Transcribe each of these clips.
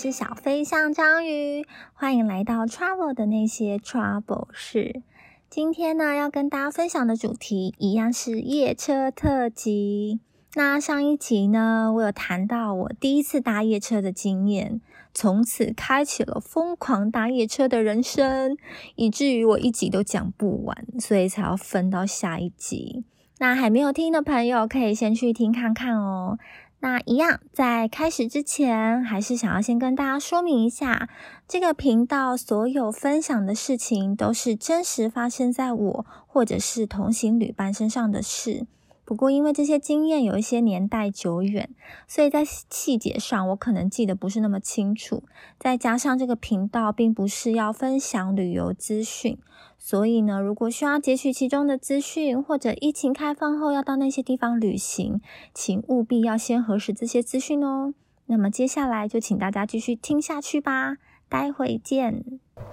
是小飞象章鱼，欢迎来到 Travel 的那些 Trouble 事。今天呢，要跟大家分享的主题一样是夜车特辑。那上一集呢，我有谈到我第一次搭夜车的经验，从此开启了疯狂搭夜车的人生，以至于我一集都讲不完，所以才要分到下一集。那还没有听的朋友可以先去听看看哦。那一样，在开始之前，还是想要先跟大家说明一下，这个频道所有分享的事情都是真实发生在我或者是同行旅伴身上的事。不过因为这些经验有一些年代久远，所以在细节上我可能记得不是那么清楚。再加上这个频道并不是要分享旅游资讯，所以呢，如果需要截取其中的资讯，或者疫情开放后要到那些地方旅行，请务必要先核实这些资讯哦。那么接下来就请大家继续听下去吧，待会见。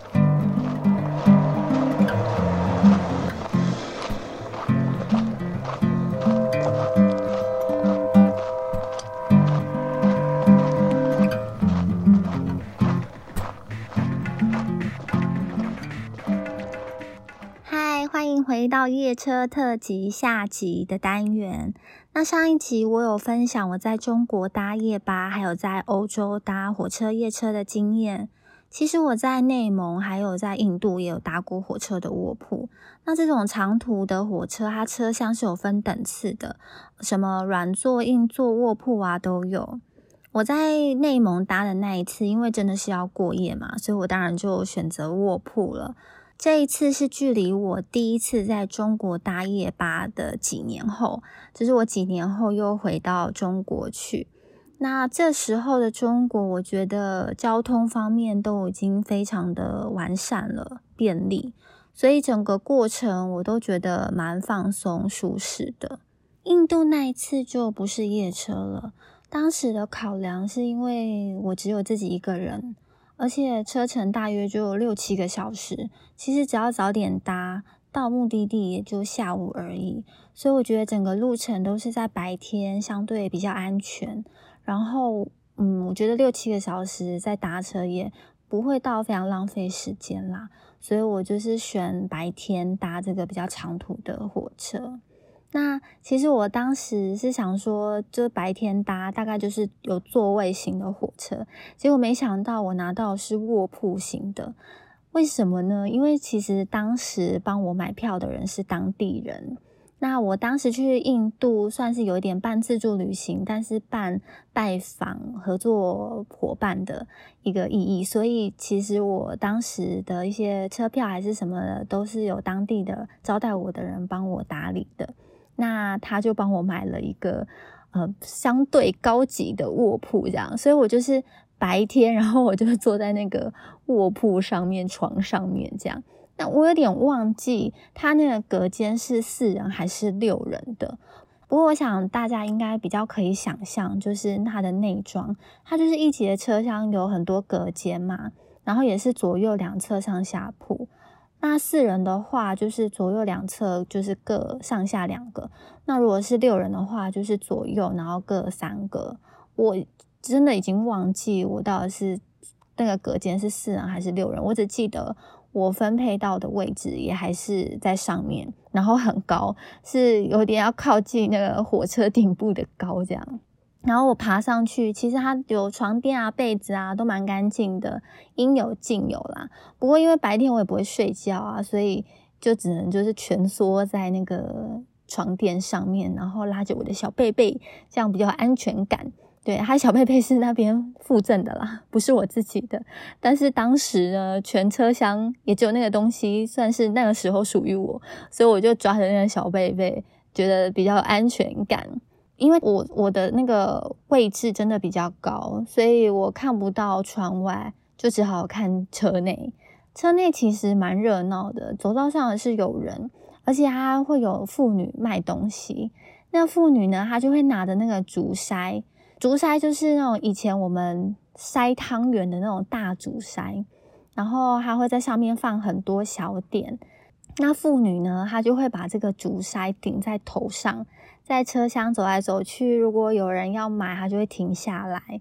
欢迎回到夜车特辑下集的单元。那上一集我有分享我在中国搭夜巴，还有在欧洲搭火车夜车的经验。其实我在内蒙还有在印度也有搭过火车的卧铺。那这种长途的火车，它车厢是有分等次的，什么软座、硬座、卧铺啊都有。我在内蒙搭的那一次，因为真的是要过夜嘛，所以我当然就选择卧铺了。这一次是距离我第一次在中国搭夜巴的几年后，就是我几年后又回到中国去。那这时候的中国，我觉得交通方面都已经非常的完善了，便利，所以整个过程我都觉得蛮放松舒适的。印度那一次就不是夜车了，当时的考量是因为我只有自己一个人，而且车程大约就6-7个小时，其实只要早点搭，到目的地也就下午而已，所以我觉得整个路程都是在白天，相对比较安全。然后我觉得6-7个小时在搭车也不会到非常浪费时间啦，所以我就是选白天搭这个比较长途的火车。那其实我当时是想说，就是白天搭大概就是有座位型的火车，结果没想到我拿到的是卧铺型的。为什么呢？因为其实当时帮我买票的人是当地人。那我当时去印度算是有一点半自助旅行，但是半拜访合作伙伴的一个意义，所以其实我当时的一些车票还是什么的，都是有当地的招待我的人帮我打理的。那他就帮我买了一个相对高级的卧铺这样，所以我就是白天，然后我就坐在那个卧铺上面，床上面这样。那我有点忘记他那个隔间是4人还是6人的，不过我想大家应该比较可以想象，就是它的内装，它就是一节车厢有很多隔间嘛，然后也是左右两侧上下铺。那4人的话，就是左右两侧就是各上下2个。那如果是6人的话，就是左右然后各3个。我真的已经忘记我到底是那个隔间是4人还是6人，我只记得我分配到的位置也还是在上面，然后很高，是有点要靠近那个火车顶部的高这样。然后我爬上去，其实它有床垫啊、被子啊，都蛮干净的，应有尽有啦。不过因为白天我也不会睡觉啊，所以就只能就是蜷缩在那个床垫上面，然后拉着我的小贝贝，这样比较安全感。对，它小贝贝是那边附赠的啦，不是我自己的。但是当时呢，全车厢也只有那个东西算是那个时候属于我，所以我就抓着那个小贝贝，觉得比较安全感。因为我的那个位置真的比较高，所以我看不到窗外，就只好看车内。车内其实蛮热闹的，走道上是有人，而且它会有妇女卖东西。那妇女呢，她就会拿着那个竹筛，竹筛就是那种以前我们筛汤圆的那种大竹筛，然后她会在上面放很多小点。那妇女呢，她就会把这个竹筛顶在头上，在车厢走来走去，如果有人要买，她就会停下来。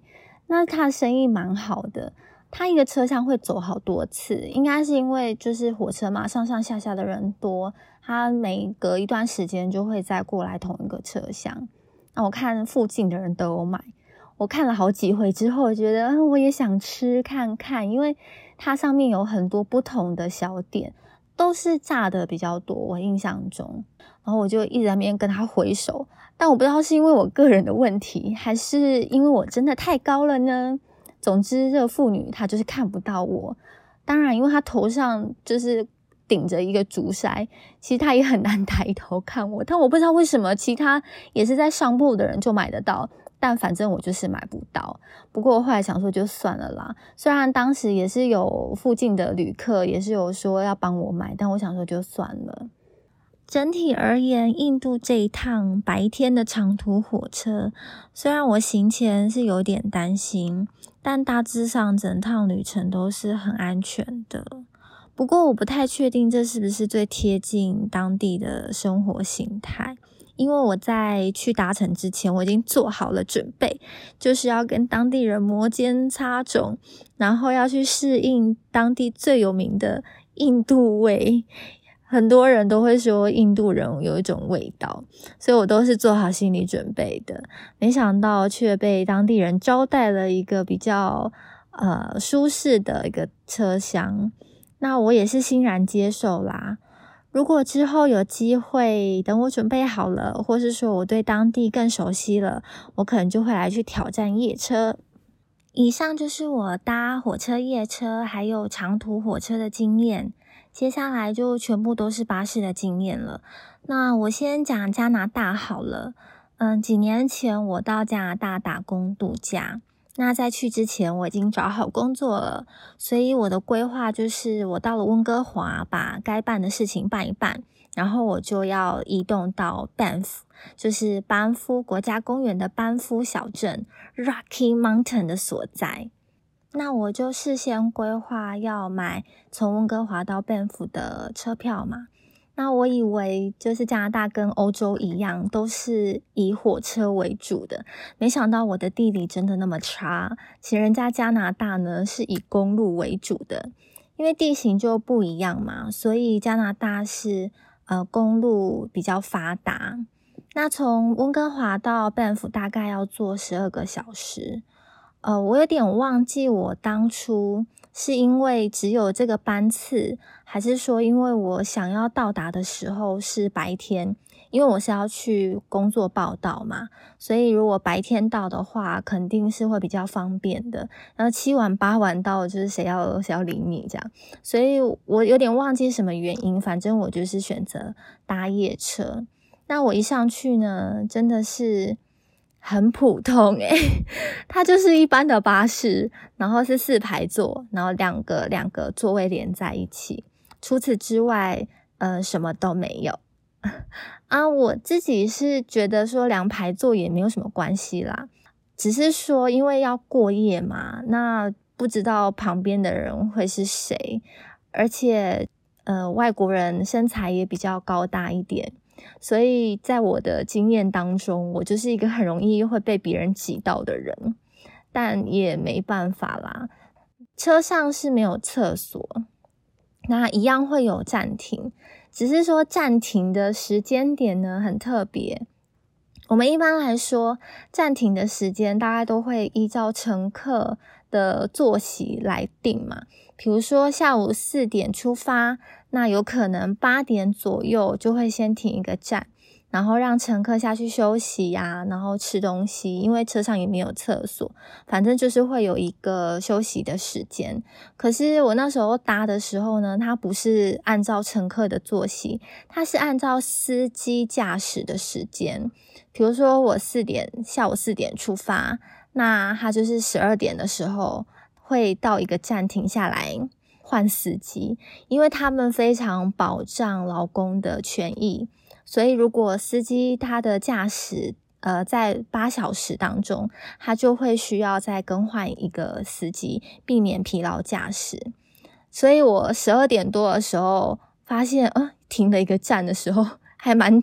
那他的生意蛮好的，他一个车厢会走好多次，应该是因为就是火车嘛，上上下下的人多，他每隔一段时间就会再过来同一个车厢。那我看附近的人都有买，我看了好几回之后，我觉得我也想吃看看，因为它上面有很多不同的小点，都是炸的比较多，我印象中。然后我就一直在那边跟他挥手，但我不知道是因为我个人的问题，还是因为我真的太高了呢？总之这个妇女她就是看不到我，当然因为她头上就是顶着一个竹筛，其实她也很难抬头看我，但我不知道为什么其他也是在上铺的人就买得到，但反正我就是买不到。不过我后来想说就算了啦，虽然当时也是有附近的旅客也是有说要帮我买，但我想说就算了。整体而言，印度这一趟白天的长途火车，虽然我行前是有点担心，但大致上整趟旅程都是很安全的。不过我不太确定这是不是最贴近当地的生活形态，因为我在去达城之前，我已经做好了准备，就是要跟当地人摩肩擦踵，然后要去适应当地最有名的印度味。很多人都会说印度人有一种味道，所以我都是做好心理准备的。没想到却被当地人招待了一个比较舒适的一个车厢，那我也是欣然接受啦。如果之后有机会，等我准备好了，或是说我对当地更熟悉了，我可能就会来去挑战夜车。以上就是我搭火车、夜车还有长途火车的经验。接下来就全部都是巴士的经验了。那我先讲加拿大好了。几年前我到加拿大打工度假，那在去之前我已经找好工作了，所以我的规划就是我到了温哥华，把该办的事情办一办，然后我就要移动到 Banff， 就是班夫国家公园的班夫小镇 Rocky Mountain 的所在。那我就事先规划要买从温哥华到Banff的车票嘛。那我以为就是加拿大跟欧洲一样都是以火车为主的，没想到我的地理真的那么差。其实人家加拿大呢是以公路为主的，因为地形就不一样嘛，所以加拿大是公路比较发达。那从温哥华到Banff大概要坐12个小时。我有点忘记我当初是因为只有这个班次，还是说因为我想要到达的时候是白天，因为我是要去工作报到嘛，所以如果白天到的话肯定是会比较方便的，然后7晚8晚到就是谁要理你这样，所以我有点忘记什么原因，反正我就是选择搭夜车。那我一上去呢真的是很普通它就是一般的巴士，然后是4排座，然后两个座位连在一起，除此之外什么都没有我自己是觉得说2排座也没有什么关系啦，只是说因为要过夜嘛，那不知道旁边的人会是谁，而且外国人身材也比较高大一点，所以在我的经验当中，我就是一个很容易会被别人挤到的人，但也没办法啦。车上是没有厕所，那一样会有暂停，只是说暂停的时间点呢很特别。我们一般来说暂停的时间大概都会依照乘客的作息来定嘛，比如说下午4点出发，那有可能8点左右就会先停一个站，然后让乘客下去休息啊，然后吃东西，因为车上也没有厕所，反正就是会有一个休息的时间。可是我那时候搭的时候呢，它不是按照乘客的作息，它是按照司机驾驶的时间。比如说我下午4点出发，那它就是12点的时候会到一个站停下来换司机，因为他们非常保障劳工的权益，所以如果司机他的驾驶在8小时当中，他就会需要再更换一个司机，避免疲劳驾驶。所以我12点多的时候发现停了一个站的时候还蛮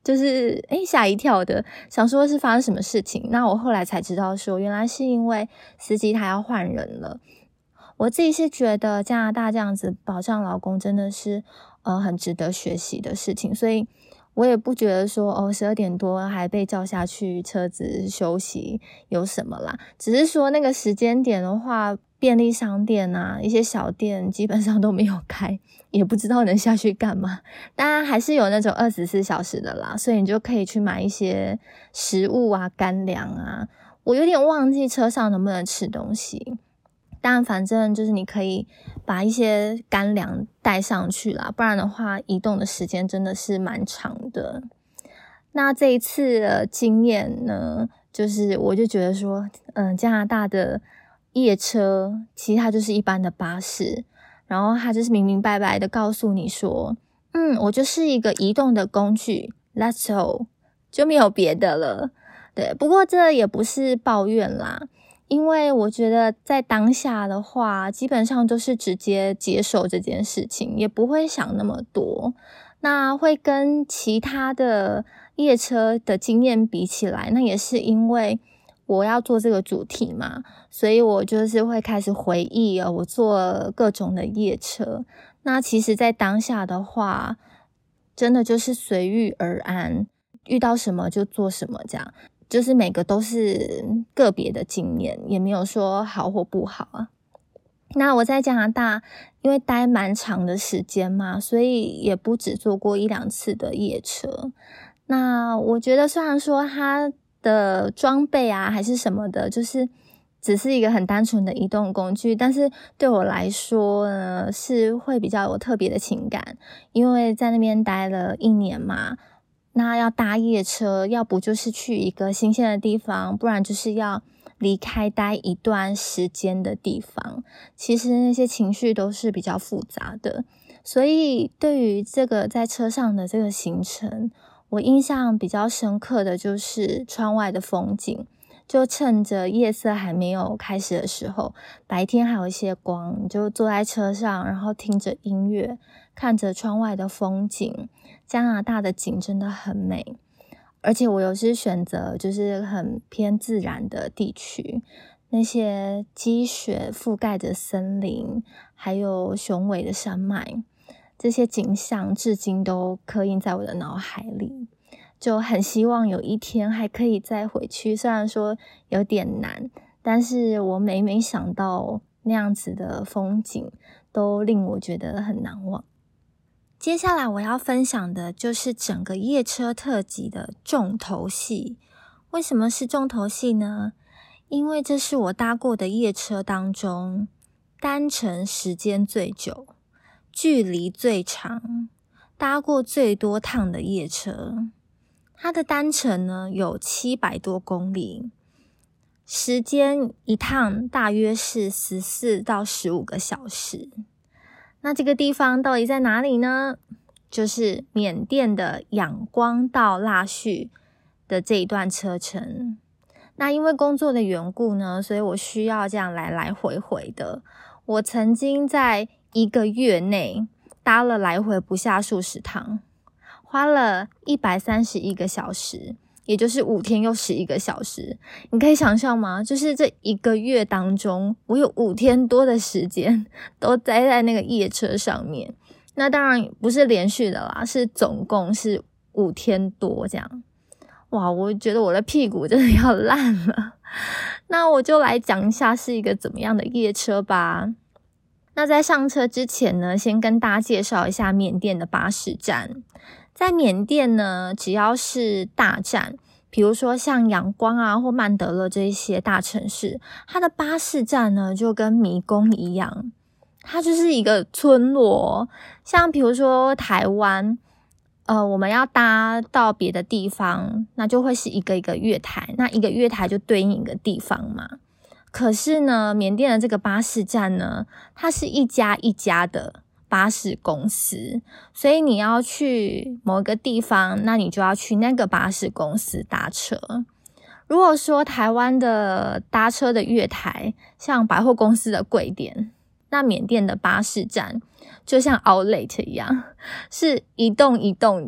就是吓一跳的，想说是发生什么事情。那我后来才知道说，原来是因为司机他要换人了。我自己是觉得加拿大这样子保障劳工真的是很值得学习的事情，所以我也不觉得说12点多还被叫下去车子休息有什么啦，只是说那个时间点的话，便利商店啊一些小店基本上都没有开，也不知道能下去干嘛。当然还是有那种24小时的啦，所以你就可以去买一些食物啊干粮啊。我有点忘记车上能不能吃东西，但反正就是你可以把一些干粮带上去啦，不然的话移动的时间真的是蛮长的。那这一次的经验呢，就是我就觉得说加拿大的夜车其实它就是一般的巴士，然后它就是明明白白的告诉你说我就是一个移动的工具 That's all， 就没有别的了。对，不过这也不是抱怨啦，因为我觉得在当下的话基本上都是直接接受这件事情，也不会想那么多。那会跟其他的夜车的经验比起来，那也是因为我要做这个主题嘛，所以我就是会开始回忆我做各种的夜车。那其实在当下的话真的就是随遇而安，遇到什么就做什么，这样就是每个都是个别的经验，也没有说好或不好啊。那我在加拿大因为待蛮长的时间嘛，所以也不只做过1-2次的夜车。那我觉得虽然说它的装备啊还是什么的，就是只是一个很单纯的移动工具，但是对我来说呢是会比较有特别的情感，因为在那边待了1年嘛。那要搭夜车，要不就是去一个新鲜的地方，不然就是要离开待一段时间的地方，其实那些情绪都是比较复杂的。所以对于这个在车上的这个行程，我印象比较深刻的就是窗外的风景，就趁着夜色还没有开始的时候，白天还有一些光，你就坐在车上，然后听着音乐，看着窗外的风景。加拿大的景真的很美，而且我又是选择就是很偏自然的地区，那些积雪覆盖着森林，还有雄伟的山脉，这些景象至今都刻印在我的脑海里，就很希望有一天还可以再回去，虽然说有点难，但是我每每想到那样子的风景，都令我觉得很难忘。接下来我要分享的就是整个夜车特辑的重头戏。为什么是重头戏呢？因为这是我搭过的夜车当中单程时间最久、距离最长、搭过最多趟的夜车。它的单程呢有700多公里，时间一趟大约是14到15个小时。那这个地方到底在哪里呢？就是缅甸的仰光到腊戌的这一段车程。那因为工作的缘故呢，所以我需要这样来来回回的。我曾经在1个月内搭了来回不下数十趟，花了131个小时，也就是5天又11个小时。你可以想象吗？就是这1个月当中，我有5天多的时间都待在那个夜车上面。那当然不是连续的啦，是总共是5天多这样。哇，我觉得我的屁股真的要烂了。那我就来讲一下是一个怎么样的夜车吧。那在上车之前呢，先跟大家介绍一下缅甸的巴士站。在缅甸呢，只要是大站，比如说像仰光啊或曼德勒这些大城市，它的巴士站呢就跟迷宫一样，它就是一个村落。像比如说台湾我们要搭到别的地方，那就会是一个一个月台，那一个月台就对应一个地方嘛。可是呢，缅甸的这个巴士站呢，它是一家一家的巴士公司，所以你要去某一个地方，那你就要去那个巴士公司搭车。如果说台湾的搭车的月台像百货公司的柜点，那缅甸的巴士站就像 Outlet 一样，是一栋一栋的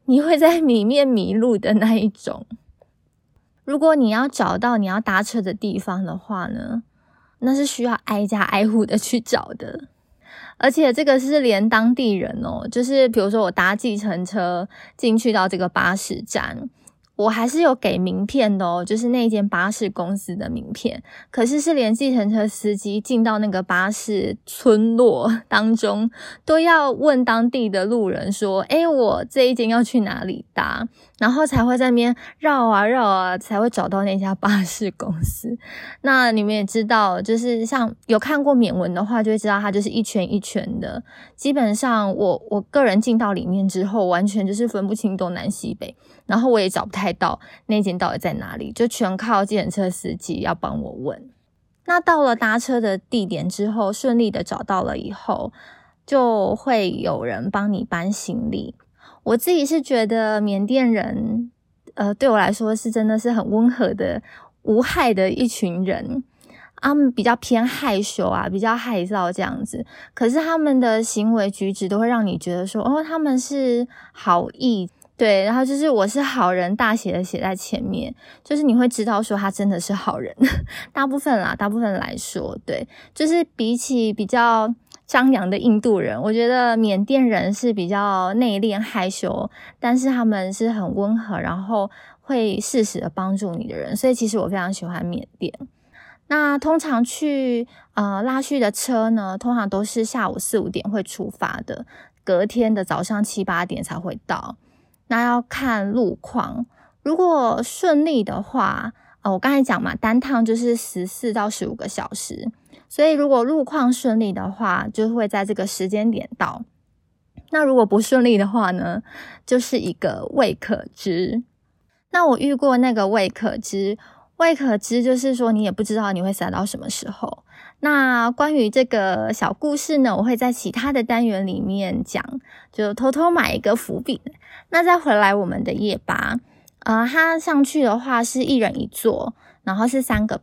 你会在里面迷路的那一种。如果你要找到你要搭车的地方的话呢，那是需要挨家挨户的去找的。而且这个是连当地人哦，就是比如说我搭计程车进去到这个巴士站，我还是有给名片的哦，就是那间巴士公司的名片。可是连计程车司机进到那个巴士村落当中，都要问当地的路人说，我这一间要去哪里搭，然后才会在那边绕啊绕啊，才会找到那家巴士公司。那你们也知道，就是像有看过缅文的话，就会知道它就是一圈一圈的。基本上我个人进到里面之后，完全就是分不清东南西北，然后我也找不太到那间到底在哪里，就全靠计程车司机要帮我问。那到了搭车的地点之后，顺利的找到了以后，就会有人帮你搬行李。我自己是觉得缅甸人对我来说是真的是很温和的无害的一群人，他们比较偏害羞啊，比较害臊这样子，可是他们的行为举止都会让你觉得说他们是好意，对，然后就是我是好人大写的写在前面，就是你会知道说他真的是好人大部分来说，对，就是比起比较张扬的印度人，我觉得缅甸人是比较内敛害羞，但是他们是很温和，然后会适时的帮助你的人，所以其实我非常喜欢缅甸。那通常去拉叙的车呢，通常都是下午4-5点会出发的，隔天的早上7-8点才会到。那要看路况，如果顺利的话，我刚才讲嘛，单趟就是14到15个小时，所以如果路况顺利的话，就会在这个时间点到。那如果不顺利的话呢，就是一个未可知。那我遇过那个未可知就是说你也不知道你会塞到什么时候。那关于这个小故事呢，我会在其他的单元里面讲，就偷偷买一个伏笔。那再回来我们的夜巴，它上去的话是1人1座，然后是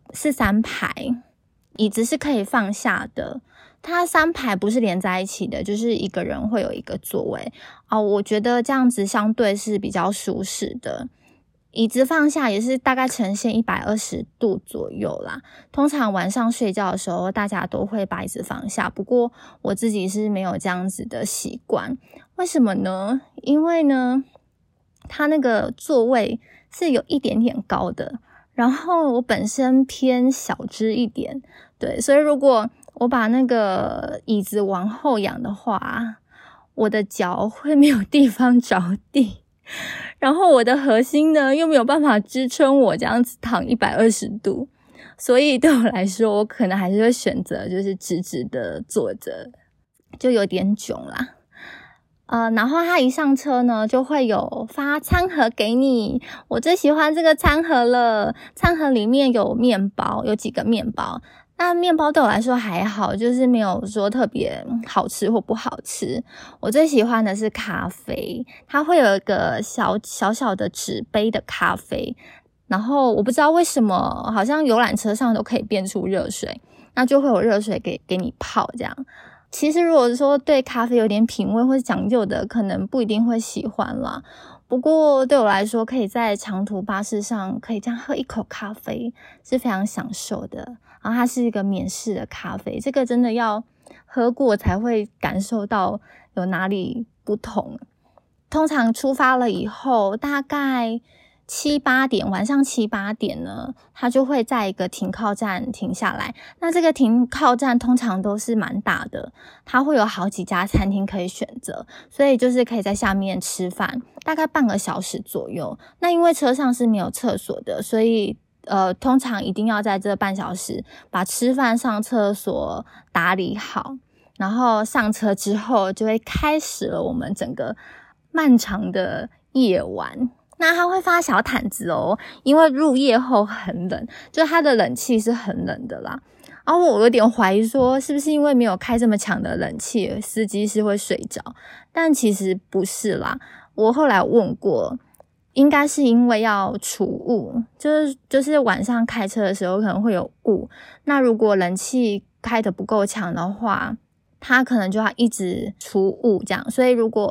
3排，椅子是可以放下的。它3排不是连在一起的，就是一个人会有一个座位我觉得这样子相对是比较舒适的。椅子放下也是大概呈现120度左右啦。通常晚上睡觉的时候，大家都会把椅子放下，不过我自己是没有这样子的习惯。为什么呢？因为呢，它那个座位是有一点点高的，然后我本身偏小只一点，对，所以如果我把那个椅子往后仰的话，我的脚会没有地方着地。然后我的核心呢又没有办法支撑我这样子躺120度，所以对我来说，我可能还是会选择就是直直的坐着，就有点囧啦。然后他一上车呢，就会有发餐盒给你，我最喜欢这个餐盒了。餐盒里面有面包，有几个面包。那面包对我来说还好，就是没有说特别好吃或不好吃。我最喜欢的是咖啡，它会有一个小小的纸杯的咖啡，然后我不知道为什么，好像游览车上都可以变出热水，那就会有热水给你泡这样。其实如果说对咖啡有点品味或是讲究的，可能不一定会喜欢啦。不过对我来说，可以在长途巴士上可以这样喝一口咖啡是非常享受的。然后它是一个缅式的咖啡，这个真的要喝过才会感受到有哪里不同。通常出发了以后，大概7-8点，晚上7-8点呢，它就会在一个停靠站停下来。那这个停靠站通常都是蛮大的，它会有好几家餐厅可以选择，所以就是可以在下面吃饭，大概半个小时左右。那因为车上是没有厕所的，所以通常一定要在这半小时把吃饭上厕所打理好，然后上车之后就会开始了我们整个漫长的夜晚。那它会发小毯子哦，因为入夜后很冷，就它的冷气是很冷的啦。然后我有点怀疑说是不是因为没有开这么强的冷气，司机是会睡着，但其实不是啦。我后来问过，应该是因为要除雾，就是晚上开车的时候可能会有雾，那如果冷气开得不够强的话，它可能就要一直除雾这样，所以如果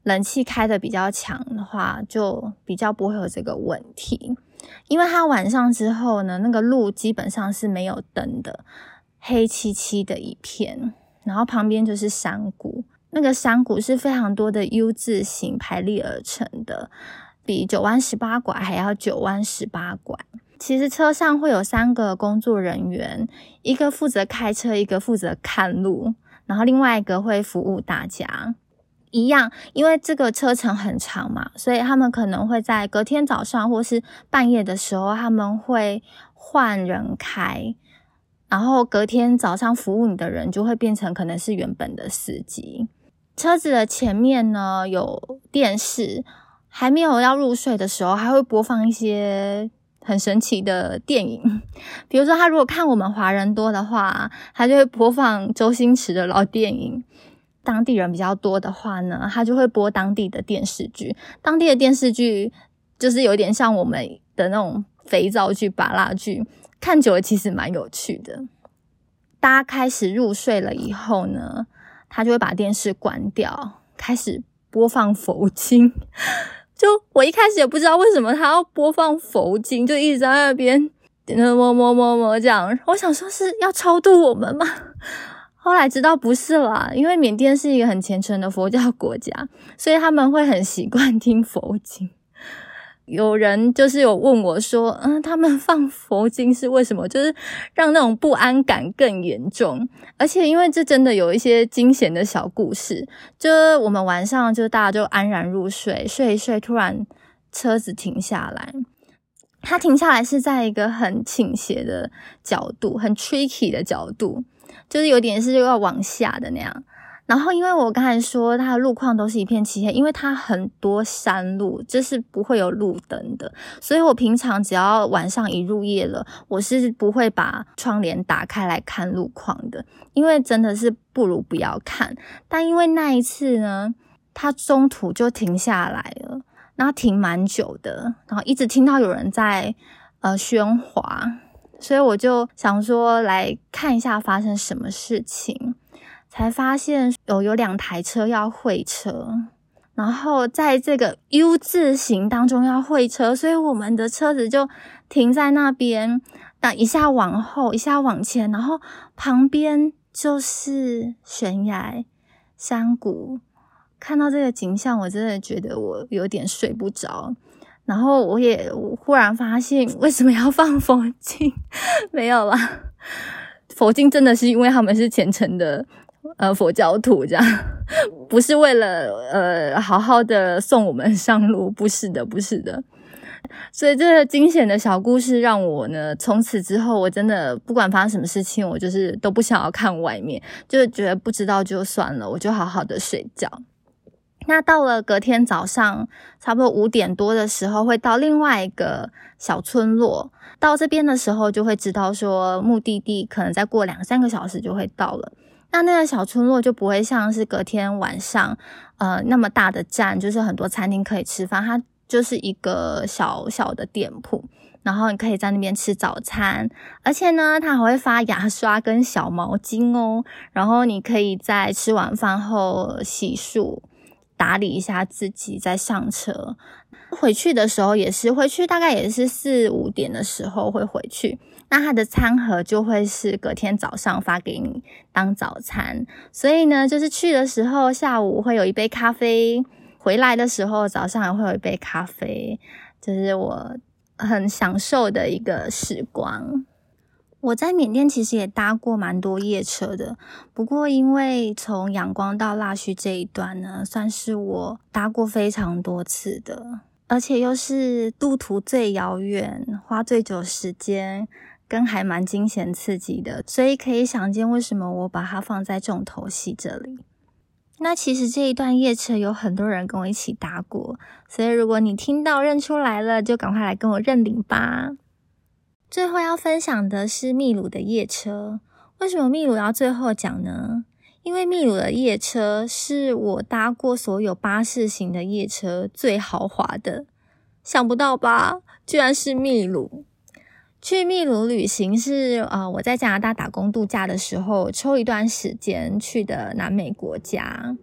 冷气开得比较强的话，就比较不会有这个问题。因为它晚上之后呢，那个路基本上是没有灯的，黑漆漆的一片，然后旁边就是山谷，那个山谷是非常多的 U 字形排列而成的，比九弯十八拐还要九弯十八拐。其实车上会有3个工作人员，一个负责开车，一个负责看路，然后另外一个会服务大家。一样，因为这个车程很长嘛，所以他们可能会在隔天早上或是半夜的时候，他们会换人开，然后隔天早上服务你的人就会变成可能是原本的司机。车子的前面呢有电视，还没有要入睡的时候，还会播放一些很神奇的电影，比如说他如果看我们华人多的话，他就会播放周星驰的老电影。当地人比较多的话呢，他就会播当地的电视剧。当地的电视剧就是有点像我们的那种肥皂剧、芭乐剧，看久了其实蛮有趣的。大家开始入睡了以后呢，他就会把电视关掉，开始播放佛经。就我一开始也不知道为什么他要播放佛经，就一直在那边么这样。我想说是要超度我们吗？后来知道不是啦，因为缅甸是一个很虔诚的佛教国家，所以他们会很习惯听佛经。有人就是有问我说他们放佛经是为什么，就是让那种不安感更严重。而且因为这真的有一些惊险的小故事，就是我们晚上就大家就安然入睡，睡一睡突然车子停下来，它停下来是在一个很倾斜的角度，很 tricky 的角度，就是有点是要往下的那样。然后因为我刚才说它的路况都是一片漆黑，因为它很多山路，就是不会有路灯的，所以我平常只要晚上一入夜了，我是不会把窗帘打开来看路况的，因为真的是不如不要看。但因为那一次呢，它中途就停下来了，然后停蛮久的，然后一直听到有人在喧哗，所以我就想说来看一下发生什么事情。才发现有2台车要会车，然后在这个 U 字形当中要会车，所以我们的车子就停在那边，那一下往后一下往前，然后旁边就是悬崖山谷。看到这个景象，我真的觉得我有点睡不着，然后我忽然发现为什么要放佛经。没有啦，佛经真的是因为他们是虔诚的佛教徒这样，不是为了好好的送我们上路，不是的。所以这个惊险的小故事让我呢，从此之后我真的不管发生什么事情，我就是都不想要看外面，就觉得不知道就算了，我就好好的睡觉。那到了隔天早上差不多5点多的时候，会到另外一个小村落，到这边的时候就会知道说目的地可能再过2-3个小时就会到了。那个小村落就不会像是隔天晚上那么大的站，就是很多餐厅可以吃饭，它就是一个小小的店铺，然后你可以在那边吃早餐，而且呢它还会发牙刷跟小毛巾哦，然后你可以在吃完饭后洗漱打理一下自己再上车。回去的时候也是，回去大概也是4-5点的时候会回去，那它的餐盒就会是隔天早上发给你当早餐，所以呢就是去的时候下午会有一杯咖啡，回来的时候早上也会有一杯咖啡，就是我很享受的一个时光。我在缅甸其实也搭过蛮多夜车的，不过因为从仰光到腊戌这一段呢，算是我搭过非常多次的，而且又是路途最遥远，花最久时间，跟还蛮惊险刺激的，所以可以想见为什么我把它放在重头戏这里。那其实这一段夜车有很多人跟我一起搭过，所以如果你听到认出来了，就赶快来跟我认领吧。最后要分享的是秘鲁的夜车。为什么秘鲁要最后讲呢？因为秘鲁的夜车是我搭过所有巴士型的夜车最豪华的，想不到吧？居然是秘鲁。去秘鲁旅行是我在加拿大打工度假的时候抽一段时间去的南美国家。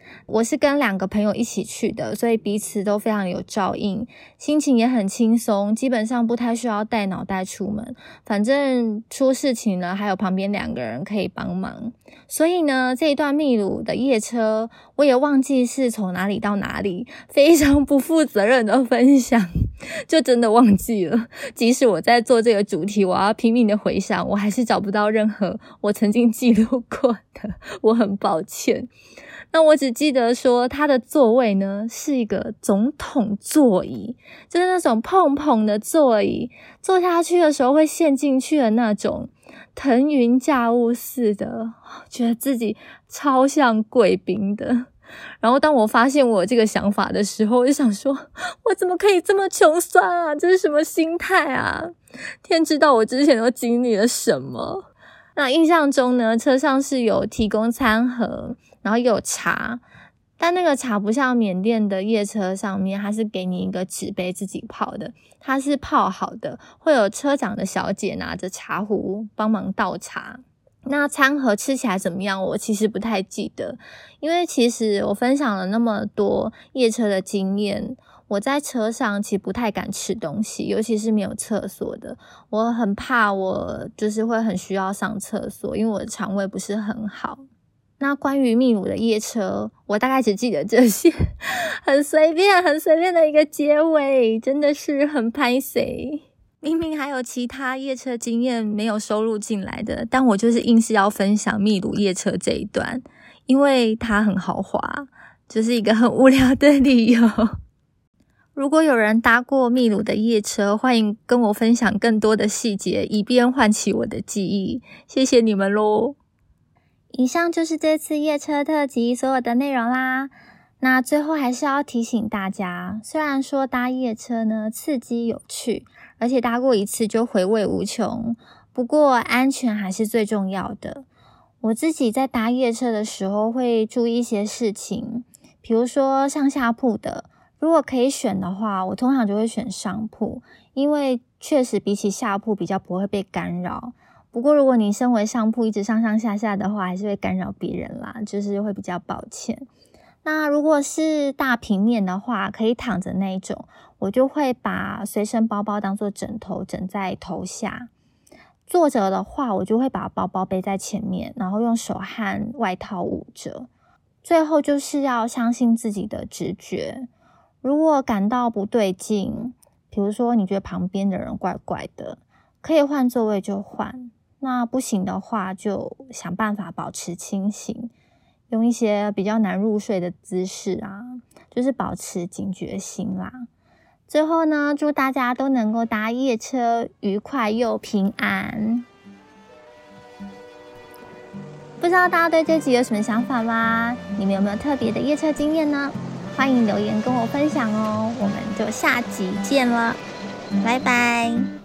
我是跟2个朋友一起去的，所以彼此都非常有照应，心情也很轻松，基本上不太需要带脑袋出门，反正出事情了还有旁边2个人可以帮忙。所以呢，这一段秘鲁的夜车我也忘记是从哪里到哪里，非常不负责任的分享，就真的忘记了。即使我在做这个主题，我要拼命的回想，我还是找不到任何我曾经记录过的，我很抱歉。那我只记得说他的座位呢是一个总统座椅，就是那种碰碰的座椅，坐下去的时候会陷进去的那种，腾云驾雾似的，觉得自己超像贵宾的。然后当我发现我有这个想法的时候，我就想说，我怎么可以这么穷酸啊，这是什么心态啊，天知道我之前都经历了什么。那印象中呢，车上是有提供餐盒，然后也有茶，但那个茶不像缅甸的夜车上面，它是给你一个纸杯自己泡的，它是泡好的，会有车长的小姐拿着茶壶帮忙倒茶。那餐盒吃起来怎么样，我其实不太记得，因为其实我分享了那么多夜车的经验，我在车上其实不太敢吃东西，尤其是没有厕所的，我很怕我就是会很需要上厕所，因为我的肠胃不是很好。那关于秘鲁的夜车，我大概只记得这些，很随便的一个结尾，真的是很拍谁。明明还有其他夜车经验没有收录进来的，但我就是硬是要分享秘鲁夜车这一段，因为它很豪华，就是一个很无聊的理由。如果有人搭过秘鲁的夜车，欢迎跟我分享更多的细节，以便唤起我的记忆。谢谢你们咯。以上就是这次夜车特辑所有的内容啦。那最后还是要提醒大家，虽然说搭夜车呢刺激有趣，而且搭过一次就回味无穷，不过安全还是最重要的。我自己在搭夜车的时候会注意一些事情，比如说上下铺的，如果可以选的话，我通常就会选上铺，因为确实比起下铺比较不会被干扰。不过如果你身为上铺一直上上下下的话，还是会干扰别人啦，就是会比较抱歉。那如果是大平面的话，可以躺着那一种，我就会把随身包包当作枕头枕在头下。坐着的话，我就会把包包背在前面，然后用手和外套捂着。最后就是要相信自己的直觉，如果感到不对劲，比如说你觉得旁边的人怪怪的，可以换座位就换，那不行的话就想办法保持清醒，用一些比较难入睡的姿势啊，就是保持警觉心啦。最后呢，祝大家都能够搭夜车愉快又平安。不知道大家对这集有什么想法吗？你们有没有特别的夜车经验呢？欢迎留言跟我分享哦，我们就下集见了，拜拜。